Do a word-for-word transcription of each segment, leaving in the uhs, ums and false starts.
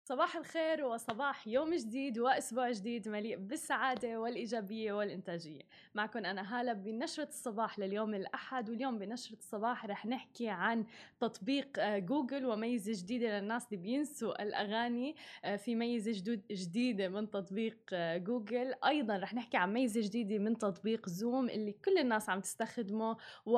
صباح الخير وصباح يوم جديد وأسبوع جديد مليء بالسعادة والإيجابية والإنتاجية. معكم أنا هالة بنشرة الصباح لليوم الأحد، واليوم بنشرة الصباح رح نحكي عن تطبيق آه، جوجل وميزة جديدة للناس اللي بينسوا الأغاني. آه، في ميزة جدود جديدة من تطبيق آه، جوجل. أيضا رح نحكي عن ميزة جديدة من تطبيق زوم اللي كل الناس عم تستخدمه،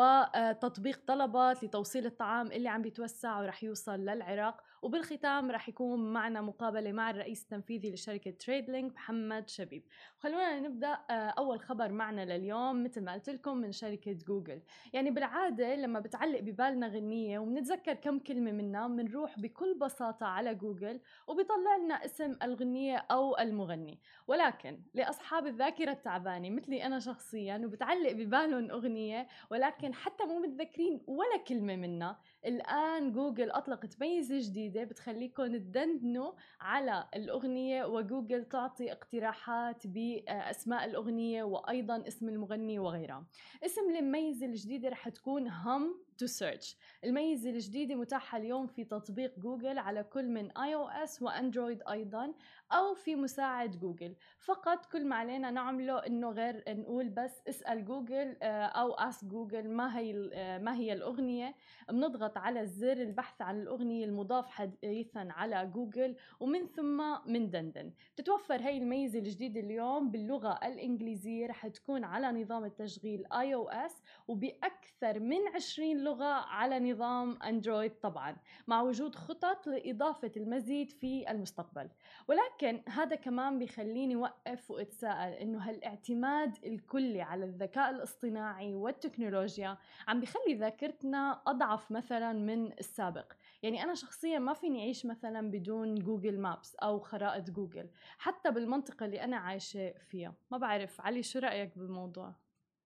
وتطبيق طلبات لتوصيل الطعام اللي عم بيتوسع ورح يوصل للعراق. وبالختام رح يكون معنا مقابلة مع الرئيس التنفيذي لشركة تريدلينك محمد شبيب. خلونا نبدأ. أول خبر معنا لليوم مثل ما قلت لكم من شركة جوجل. يعني بالعادة لما بتعلق ببالنا غنية وبنتذكر كم كلمة منها بنروح بكل بساطة على جوجل وبيطلع لنا اسم الغنية أو المغني. ولكن لأصحاب الذاكرة التعبانة مثلي أنا شخصيا وبتعلق ببالهم أغنية ولكن حتى مو متذكرين ولا كلمة منها، الآن جوجل أطلقت ميزة جديدة بتخليكم تدندنوا على الأغنية وجوجل تعطي اقتراحات بأسماء الأغنية وأيضا اسم المغني وغيرها. اسم الميزة الجديدة رح تكون هم to search. الميزة الجديدة متاحة اليوم في تطبيق جوجل على كل من آي أو إس وأندرويد أيضا، أو في مساعد جوجل. فقط كل ما علينا نعمله إنه غير نقول بس اسأل جوجل أو أس جوجل ما هي ما هي الأغنية. بنضغط على الزر البحث عن الأغنية المضاف حديثا على جوجل ومن ثم من دندن. بتتوفر هاي الميزة الجديدة اليوم باللغة الإنجليزية، رح تكون على نظام التشغيل آي أو إس وبأكثر من عشرين لغة على نظام أندرويد طبعا، مع وجود خطط لإضافة المزيد في المستقبل. ولكن هذا كمان بيخليني وقف واتساءل إنه هالاعتماد الكلي على الذكاء الاصطناعي والتكنولوجيا عم بيخلي ذاكرتنا أضعف مثلا من السابق. يعني أنا شخصيا ما فيني أعيش مثلا بدون جوجل مابس أو خرائط جوجل، حتى بالمنطقة اللي أنا عايشة فيها. ما بعرف علي شو رأيك بالموضوع؟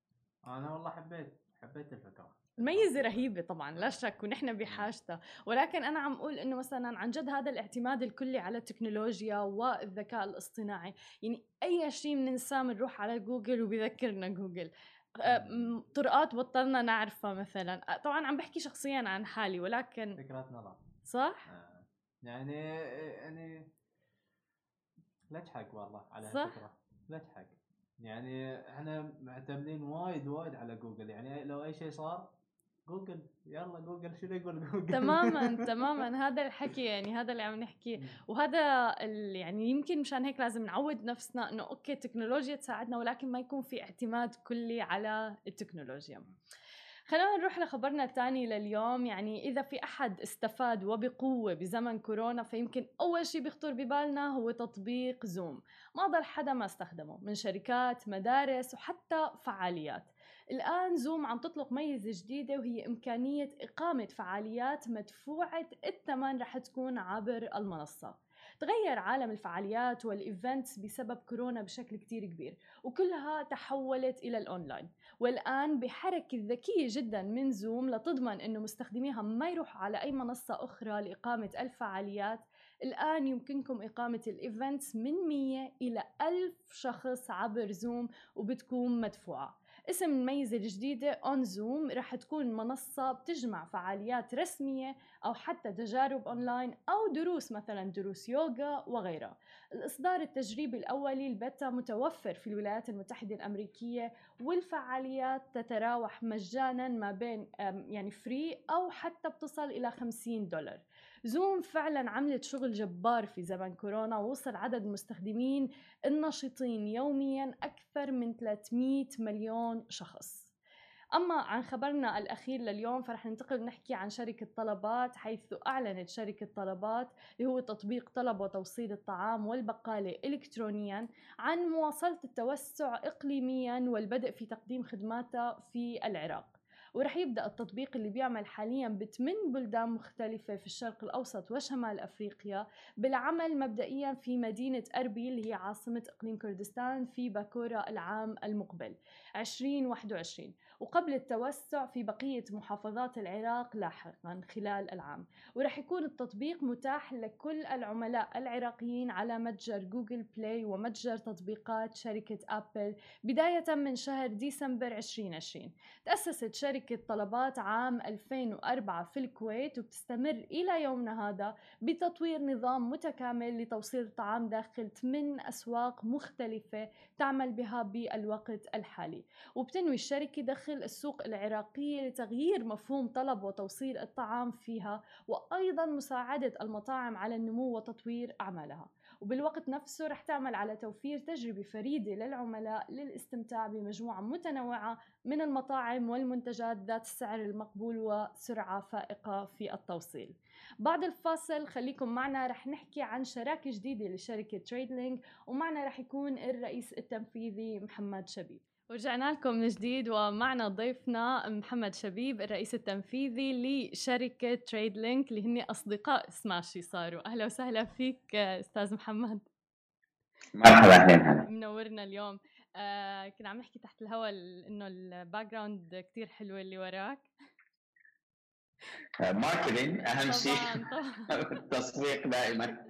انا والله حبيت حبيت الفكره ميزة التطبيق هذا. رهيبة طبعا لا آه. شك ونحن مم. بحاجتها، ولكن أنا عم أقول إنه مثلا عن جد هذا الاعتماد الكلي على التكنولوجيا والذكاء الاصطناعي. يعني أي شيء بننساه بنروح على جوجل وبذكرنا جوجل. آه، مم. م- طرقات بطلنا نعرفها مثلا. آه، طبعا عم بحكي شخصيا عن حالي ولكن فكره نظر. صح. آه. يعني يعني لا تحق والله على صح هالفكره. لا تحق. يعني احنا معتمدين وايد وايد على جوجل، يعني لو اي شيء صار جوجل، يلا جوجل شنو يقول جوجل. تماما تماما هذا الحكي، يعني هذا اللي عم نحكيه. مم. وهذا ال- يعني يمكن مشان هيك لازم نعود نفسنا انه اوكي التكنولوجيا تساعدنا ولكن ما يكون في اعتماد كلي على التكنولوجيا. خلينا نروح لخبرنا الثاني لليوم. يعني إذا في أحد استفاد وبقوة بزمن كورونا فيمكن أول شيء بيخطر ببالنا هو تطبيق زوم. ما ضل حدا ما استخدمه من شركات مدارس وحتى فعاليات. الآن زوم عم تطلق ميزة جديدة وهي إمكانية إقامة فعاليات مدفوعة الثمن رح تكون عبر المنصة. تغير عالم الفعاليات والإيفنتس بسبب كورونا بشكل كتير كبير وكلها تحولت إلى الأونلاين. والآن بحركة ذكية جدا من زوم لتضمن أنه مستخدميها ما يروحوا على أي منصة أخرى لإقامة الفعاليات. الآن يمكنكم إقامة الإيفنتس من مية إلى ألف شخص عبر زوم وبتكون مدفوعة. اسم الميزة الجديدة اون زوم رح تكون منصة بتجمع فعاليات رسمية أو حتى تجارب أونلاين أو دروس مثلا دروس يوغا وغيرها. الإصدار التجريبي الأولي البيتا متوفر في الولايات المتحدة الأمريكية، والفعاليات تتراوح مجانا ما بين يعني فري أو حتى بتصل إلى خمسين دولار. زوم فعلا عملت شغل جبار في زمن كورونا ووصل عدد المستخدمين النشطين يوميا أكثر من ثلاثمئة مليون شخص. أما عن خبرنا الأخير لليوم فرح ننتقل نحكي عن شركة طلبات، حيث أعلنت شركة طلبات اللي هو تطبيق طلب وتوصيل الطعام والبقالة إلكترونياً عن مواصلة التوسع إقليمياً والبدء في تقديم خدماتها في العراق. ورح يبدأ التطبيق اللي بيعمل حالياً بثمان بلدان مختلفة في الشرق الأوسط وشمال أفريقيا بالعمل مبدئياً في مدينة أربيل اللي هي عاصمة إقليم كردستان في باكورا العام المقبل عشرين واحد وعشرين، وقبل التوسع في بقية محافظات العراق لاحقا خلال العام. ورح يكون التطبيق متاح لكل العملاء العراقيين على متجر جوجل بلاي ومتجر تطبيقات شركة أبل بداية من شهر ديسمبر عشرين عشرين. تأسست شركة شركة طلبات عام ألفين وأربعة في الكويت، وبتستمر إلى يومنا هذا بتطوير نظام متكامل لتوصيل الطعام داخل ثمان أسواق مختلفة تعمل بها بالوقت الحالي. وبتنوي الشركة دخل السوق العراقية لتغيير مفهوم طلب وتوصيل الطعام فيها، وأيضا مساعدة المطاعم على النمو وتطوير أعمالها. وبالوقت نفسه رح تعمل على توفير تجربة فريدة للعملاء للاستمتاع بمجموعة متنوعة من المطاعم والمنتجات ذات السعر المقبول وسرعة فائقة في التوصيل. بعد الفاصل خليكم معنا، رح نحكي عن شراكة جديدة لشركة تريدلينك، ومعنا رح يكون الرئيس التنفيذي محمد شبيب. ورجعنا لكم من جديد، ومعنا ضيفنا محمد شبيب الرئيس التنفيذي لشركة تريدلينك اللي هن أصدقاء سماشي صاروا. أهلا وسهلا فيك أستاذ محمد. مرحبا أهلا. منورنا اليوم. آه كنا عم نحكي تحت الهواء إنه الباك جراوند كتير حلوة اللي وراك. ماركتينج أهم شيء. طبعاً طبعاً. التسويق دائما.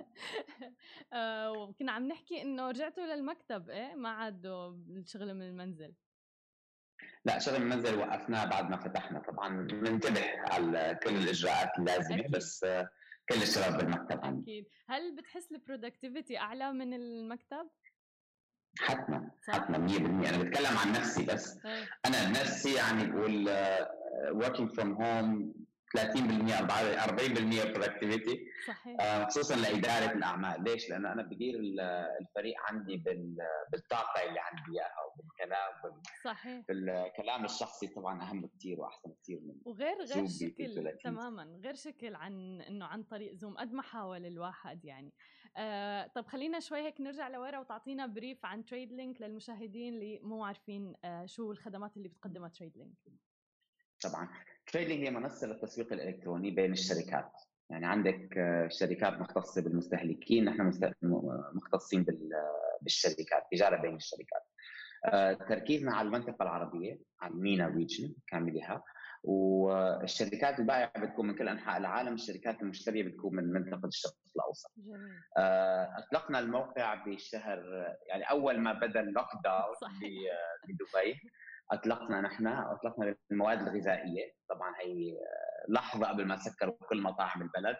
آه وكنا عم نحكي إنه رجعتوا للمكتب، إيه ما عادوا الشغل من المنزل. لا، شغل المنزل وقفناه بعد ما فتحنا، طبعا ننتبه على كل الإجراءات اللازمة. أكيد. بس كل الشغل بالمكتب عندي. أكيد. هل بتحس البرودكتيفيتي أعلى من المكتب؟ حتما حتما مية بالمية. أنا بتكلم عن نفسي بس. أي. أنا نفسي يعني بقول working from home ثلاثين بالمية أربعين بالمية productivity. صحيح. خصوصا لإدارة الأعمال. ليش؟ لأن أنا بدير الفريق عندي بالطاقة اللي عندي إياها وبالكلام بال... صحيح. بالكلام الشخصي طبعا أهم كتير وأحسن كتير من وغير غير شكل تماما، غير شكل عن إنه عن طريق زوم قد ما حاول الواحد يعني. آه طب خلينا شوي هيك نرجع لورا وتعطينا بريف عن تريدلينك للمشاهدين اللي مو عارفين آه شو الخدمات اللي بتقدمها تريدلينك. طبعا تريدلينك هي منصة للتسويق الإلكتروني بين الشركات. يعني عندك شركات مختصة بالمستهلكين، نحن مختصين بالشركات، تجارة بين الشركات. تركيزنا على المنطقة العربية، على المينا ريجن كاملها، والشركات البائعة بتكون من كل أنحاء العالم، الشركات المشترية بتكون من منطقة الشرق الأوسط. جميل. أطلقنا الموقع بشهر، يعني أول ما بدأ اللوك داون بدبي أطلقنا نحن أطلقنا المواد الغذائية. طبعا هي لحظة قبل ما سكروا كل مطاعم البلد.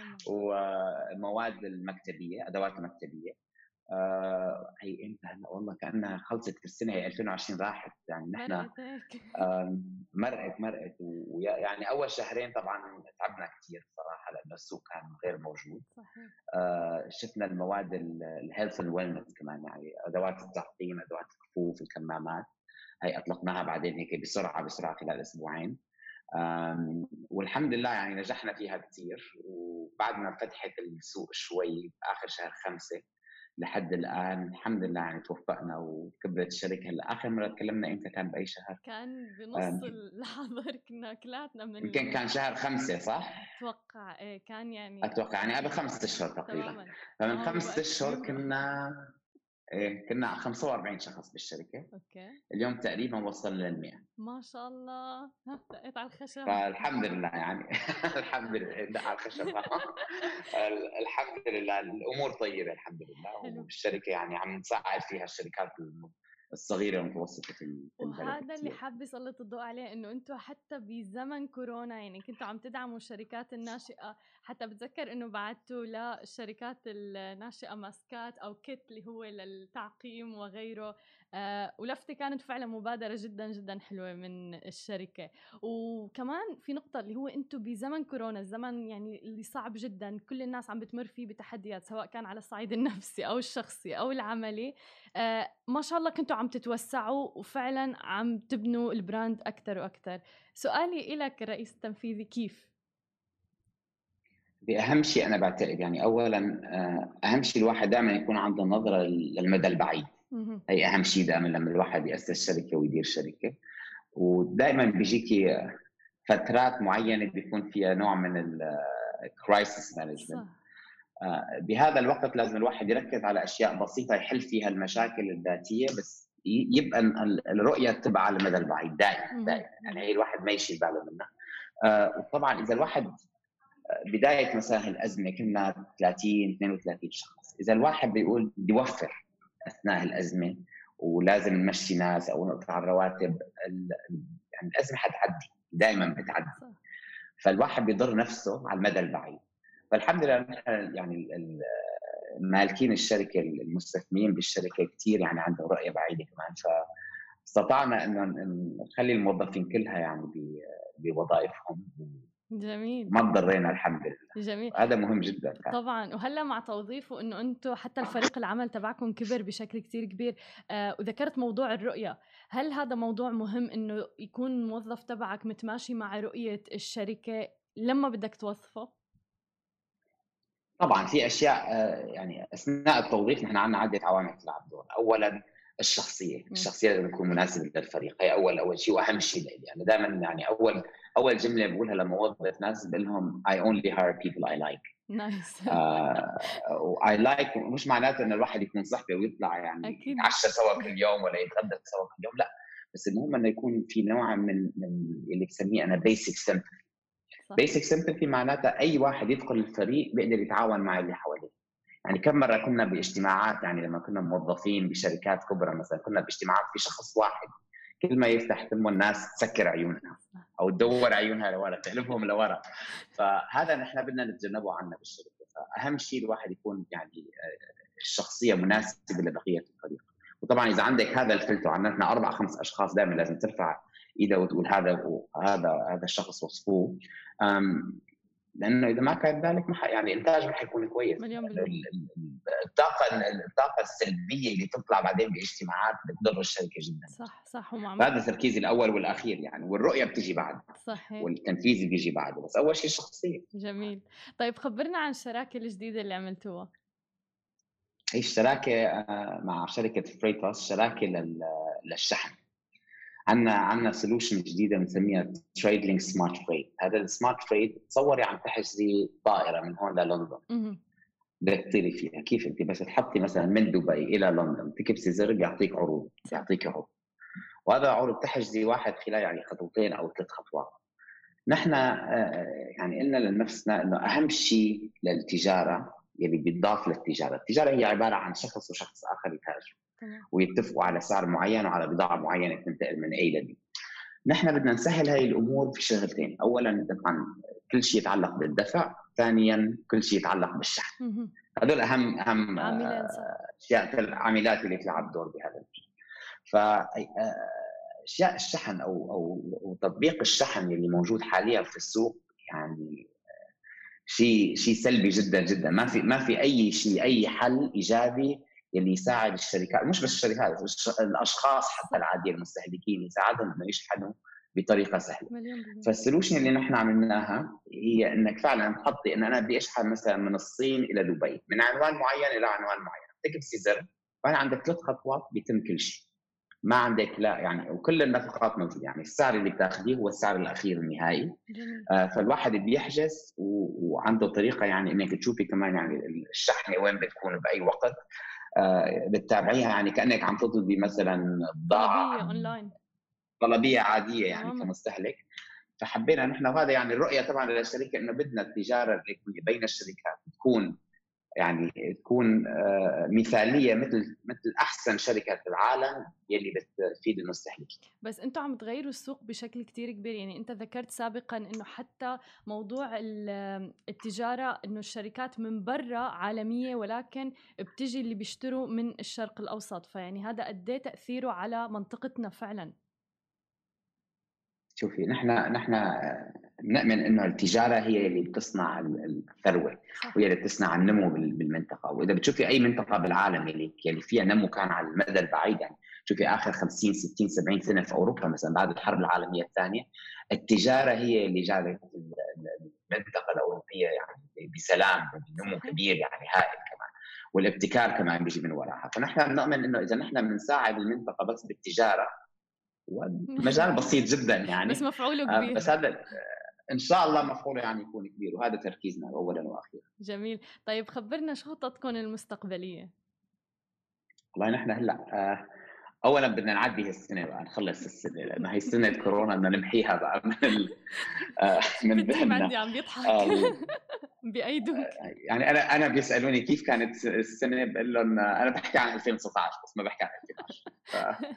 والمواد المكتبية، أدوات المكتبية. آه هي امتى هلا والله كأنها خلصت في السنة، هي ألفين وعشرين راحت يعني. نحن آه مرقت مرقت ويعني أول شهرين طبعا تعبنا كتير صراحة لأنه السوق كان غير موجود. صحيح. آه شفنا المواد الهيلث اند ويلنس كمان، يعني أدوات التعقيم، أدوات الكفوف، الكمامات، هي أطلقناها بعدين هيك بسرعة بسرعة خلال أسبوعين. والحمد لله يعني نجحنا فيها كتير. وبعد ما فتحت السوق شوي آخر شهر خمسة لحد الآن الحمد لله يعني توفقنا وكبرت الشركة. هلا آخر مرة تكلمنا إمتى كان بأي شهر؟ كان بنص الحظر، كنا كلاتنا من يمكن كان شهر خمسة صح؟ أتوقع إيه كان يعني أتوقع يعني قبل خمسة أشهر تقريبا. فمن خمسة أشهر كنا إيه كنا خمسة وأربعين شخص بالشركة. أوكي. اليوم تقريبا وصلنا للمئة. ما شاء الله. دقيت على الخشب. فالحمد لله يعني الحمد لله دق على الخشب. الحمد لله الأمور طيبة الحمد لله. والشركة يعني عم نساعد فيها الشركات الصغيرة والمتوسطة في البلد. وهذا اللي حابة أسلط الضوء عليه، إنه أنتم حتى بزمن كورونا يعني كنتوا عم تدعموا الشركات الناشئة. حتى بتذكر إنه بعتوا للشركات الناشئة ماسكات أو كيت اللي هو للتعقيم وغيره. آه ولفتة كانت فعلا مبادرة جدا جدا حلوة من الشركة. وكمان في نقطة اللي هو أنتم بزمن كورونا، الزمن يعني اللي صعب جدا، كل الناس عم بتمر فيه بتحديات سواء كان على الصعيد النفسي أو الشخصي أو العملي. آه ما شاء الله كنتوا عم تتوسعوا وفعلا عم تبنوا البراند أكتر وأكتر. سؤالي إلك الرئيس التنفيذي، كيف؟ بأهم شيء أنا بعتقد يعني أولا أهم شيء الواحد دائما يكون عنده نظرة للمدى البعيد. هي أهم شيء دائما لما الواحد يأسس شركة ويدير شركة. ودائما بيجيكي فترات معينة بيكون فيها نوع من الكرايسيس مانجمنت. بهذا الوقت لازم الواحد يركز على أشياء بسيطة يحل فيها المشاكل الذاتية، بس يبقى الرؤية تبقى على المدى البعيد دائما دائما. يعني هي الواحد ما يشيل باله منها. وطبعا إذا الواحد بداية مثلا الأزمة كنا ثلاثين اثنين وثلاثين شخص، إذا الواحد بيقول بدي وفر أثناء الأزمة ولازم نمشي ناس أو نقطع الرواتب، يعني الأزمة حتعدي دائما بتعدي. فالواحد بيضر نفسه على المدى البعيد. فالحمد لله نحن يعني مالكين الشركه المستثمرين بالشركه كثير يعني عندهم رؤيه بعيده كمان، فاستطعنا انه نخلي الموظفين كلها يعني بوظائفهم. جميل. ما تضرينا الحمد لله. جميل. هذا مهم جدا كان. طبعا. وهلا مع توظيفه انه انتم حتى الفريق العمل تبعكم كبر بشكل كتير كبير. آه وذكرت موضوع الرؤيه، هل هذا موضوع مهم انه يكون الموظف تبعك متماشي مع رؤيه الشركه لما بدك توظفه؟ طبعا في اشياء يعني اثناء التوظيف نحن عندنا عده عوامل تلعب دور. اولا الشخصيه، الشخصيه لازم تكون مناسبه للفريق، هي اول اول شيء واهم شيء لي. يعني دائما يعني اول اول جمله بقولها لما اوظف ناس بقول لهم I only hire people I like. نايس. I like مش معناته ان الواحد يكون صحبه ويطلع يعني يتعشى سوا كل يوم ولا يتغدى سوا كل يوم، لا، بس المهم انه يكون في نوع من من اللي بسميه انا basic sympathy. basic sympathy معناتها اي واحد يدخل الفريق بيقدر يتعاون مع اللي حواليه. يعني كم مره كنا باجتماعات، يعني لما كنا موظفين بشركات كبرى مثلا كنا باجتماعات في شخص واحد كل ما يفتح تمه الناس تسكر عيونها او تدور عيونها لورا، تقلبهم لورا. فهذا نحن بدنا نتجنبه عنا بالشركه. فاهم شيء الواحد يكون يعني الشخصيه مناسبه لبقيه الفريق. وطبعا اذا عندك هذا الفلتر، عندنا اربع خمس اشخاص دائما لازم ترفع ايدها وتقول هذا هذا هذا الشخص وصفوه، لانه اذا ما كان ذلك ما يعني انتاج ما حيكون كويس. الطاقه الطاقه السلبيه اللي تطلع بعدين باجتماعات بتضر الشركه جدا. صح صح. هذا التركيز الاول والاخير يعني، والرؤيه بتيجي بعد. صحيح. والتنفيذ بيجي بعده، بس اول شيء شخصيه. جميل. طيب خبرنا عن الشراكه الجديده اللي عملتوها. هي الشراكه مع شركه فريتوس، شراكه للشحن. عندنا عندنا سولوشن جديده بنسميها تريد لينك سمارت فريت. هذا السمارت فريت تصوري عم تحجزي طائره من هون للندن بدك تطيري فيها. كيف انت بس تحطي مثلا من دبي الى لندن تكبسي زر بيعطيك عروض، بيعطيك عروض، وهذا عروض تحجزي واحد خلال يعني خطوتين او ثلاث خطوات. نحن يعني قلنا لنفسنا انه اهم شيء للتجاره يلي بيضاف للتجاره، التجاره هي عباره عن شخص وشخص اخر يتاجروا ويتفقوا على سعر معين وعلى بضاعه معينه تنتقل من A ل B. نحن بدنا نسهل هاي الامور في شغلتين. اولا طبعا كل شيء يتعلق بالدفع، ثانيا كل شيء يتعلق بالشحن. هذول اهم اهم اشياء العاملات اللي تلعب دور بهذا الشيء. ف اشياء الشحن او او تطبيق الشحن اللي موجود حاليا في السوق يعني شيء شيء سلبي جدا جدا. ما في ما في اي شيء اي حل ايجابي اللي يساعد الشركات، مش بس الشركات، الاشخاص حتى العاديين المستهلكين يساعدهم انه يشحنوا بطريقه سهله. فالسولوشن اللي نحن عملناها هي انك فعلا تحطي ان انا بدي اشحن مثلا من الصين الى دبي من عنوان معين الى عنوان معين، تكبسي زر فانا عندك ثلاث خطوات بيتم كل شيء. ما عندك لا يعني، وكل النفقات موجوده، يعني السعر اللي بتاخذيه هو السعر الاخير النهائي. آه فالواحد بيحجز وعنده طريقه يعني انك تشوفي كمان يعني الشحنه وين بتكون باي وقت. آه بتتابعيها يعني كانك عم تطلبي مثلا بضاعه اونلاين، طلبيه عاديه يعني كمستهلك. فحبينا نحن، وهذا يعني الرؤيه طبعا للشركه انه بدنا التجاره الالكترونيه بين الشركات تكون يعني تكون آه مثاليه مثل مثل احسن شركه في العالم يلي بتفيد المستهلكين. بس انتم عم تغيروا السوق بشكل كتير كبير. يعني انت ذكرت سابقا انه حتى موضوع التجاره انه الشركات من برا عالميه ولكن بتجي اللي بيشتروا من الشرق الاوسط، فيعني هذا قد ايه تاثيره على منطقتنا فعلا؟ شوفي نحن نحن نؤمن انه التجاره هي اللي بتصنع الثروه وهي اللي بتصنع النمو بالمنطقه. واذا بتشوفي اي منطقه بالعالم اللي اللي فيها نمو كان على المدى البعيد، يعني شوفي اخر خمسين ستين سبعين سنه في اوروبا مثلا بعد الحرب العالميه الثانيه، التجاره هي اللي جعلت المنطقه الاوروبيه يعني بسلام بنمو كبير يعني هائل كمان، والابتكار كمان بيجي من وراها. فنحن بنؤمن انه اذا نحن بنساعد المنطقه بس بالتجاره، مجال بسيط جدا يعني بس مفعوله كبير. بس هذا ان شاء الله مفعوله يعني يكون كبير، وهذا تركيزنا اولا واخيرا. جميل. طيب خبرنا شو خططكم المستقبليه؟ والله نحن هلا اولا بدنا نعدي هالسنه بقى، نخلص السنه لانه هي سنه كورونا بدنا نمحيها بقى من ال... من ذهننا. عندي عم بيضحك بايدك. يعني انا انا بيسالوني كيف كانت السنه، بقول لهم انا بحكي عن ألفين وتسعطعش بس ما بحكي عن ألفين وعشرة. ف...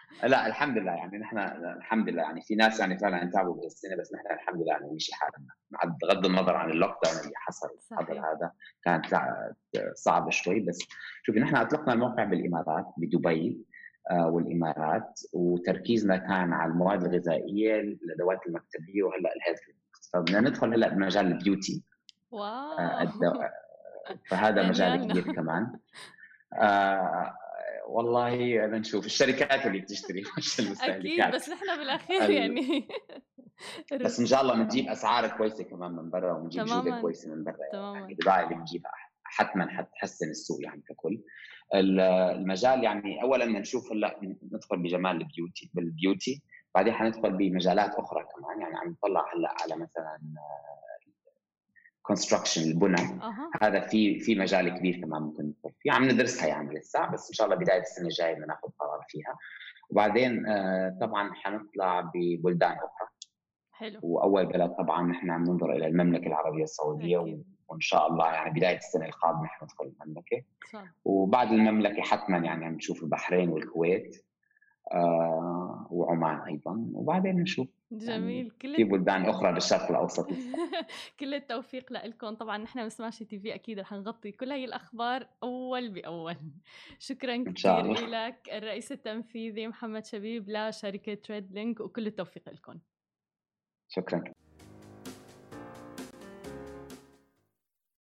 لا الحمد لله يعني نحن الحمد لله يعني في ناس يعني فعلا تعبوا بهالسنه، بس نحن الحمد لله يعني مشي حالنا بغض النظر عن اللوك داون اللي حصل قبل صحيح. هذا. كانت صعبه شوي. بس شوفي نحن اطلقنا الموقع بالامارات بدبي آه والامارات، وتركيزنا كان على المواد الغذائيه الادوات المكتبيه وهلا الهيلث. فبدنا ندخل هلا بمجال البيوتي. واو آه الدو... فهذا مجال دانيالنا. كبير كمان. آه والله بنشوف الشركات اللي بتشتري مش اكيد، المستهلكات. بس نحن بالاخير ال... يعني بس ان شاء الله بنجيب اسعار كويسه كمان من برا، ونجيب جوده تماما كويسه من برا. يعني تماما. البضاعه اللي بنجيبها حتما حتحسن السوق يعني ككل. ال- المجال يعني اولا بدنا نشوف هلا ندخل بجمال البيوتي بالبيوتي، بعدين حندخل بمجالات اخرى كمان. يعني عم نطلع هلا على مثلا كونستراكشن البنى. اها هذا في في مجال كبير كمان ممكن ندخل فيه، عم ندرسها يعني لسه، بس ان شاء الله بدايه السنه الجايه بدنا ناخذ قرار فيها. وبعدين آه، طبعا حنطلع ببلدان اخرى. حلو. واول بلد طبعا نحن عم ننظر الى المملكه العربيه السعوديه، اكيد وان شاء الله يعني بدايه السنه القادمه حندخل المملكه. ان شاء الله. وبعد المملكه حتما يعني عم نشوف البحرين والكويت آه وعمان ايضا، وبعدين نشوف يعني جميل. كل في الت... بلدان اخرى بالشرق الاوسط. كل التوفيق لكم. طبعا نحن بسماشي تي في اكيد رح نغطي كل هاي الاخبار اول باول. شكرا ان شاء كثير الله. لك الرئيس التنفيذي محمد شبيب لشركه تريد لينك، وكل التوفيق لكم. شكرا.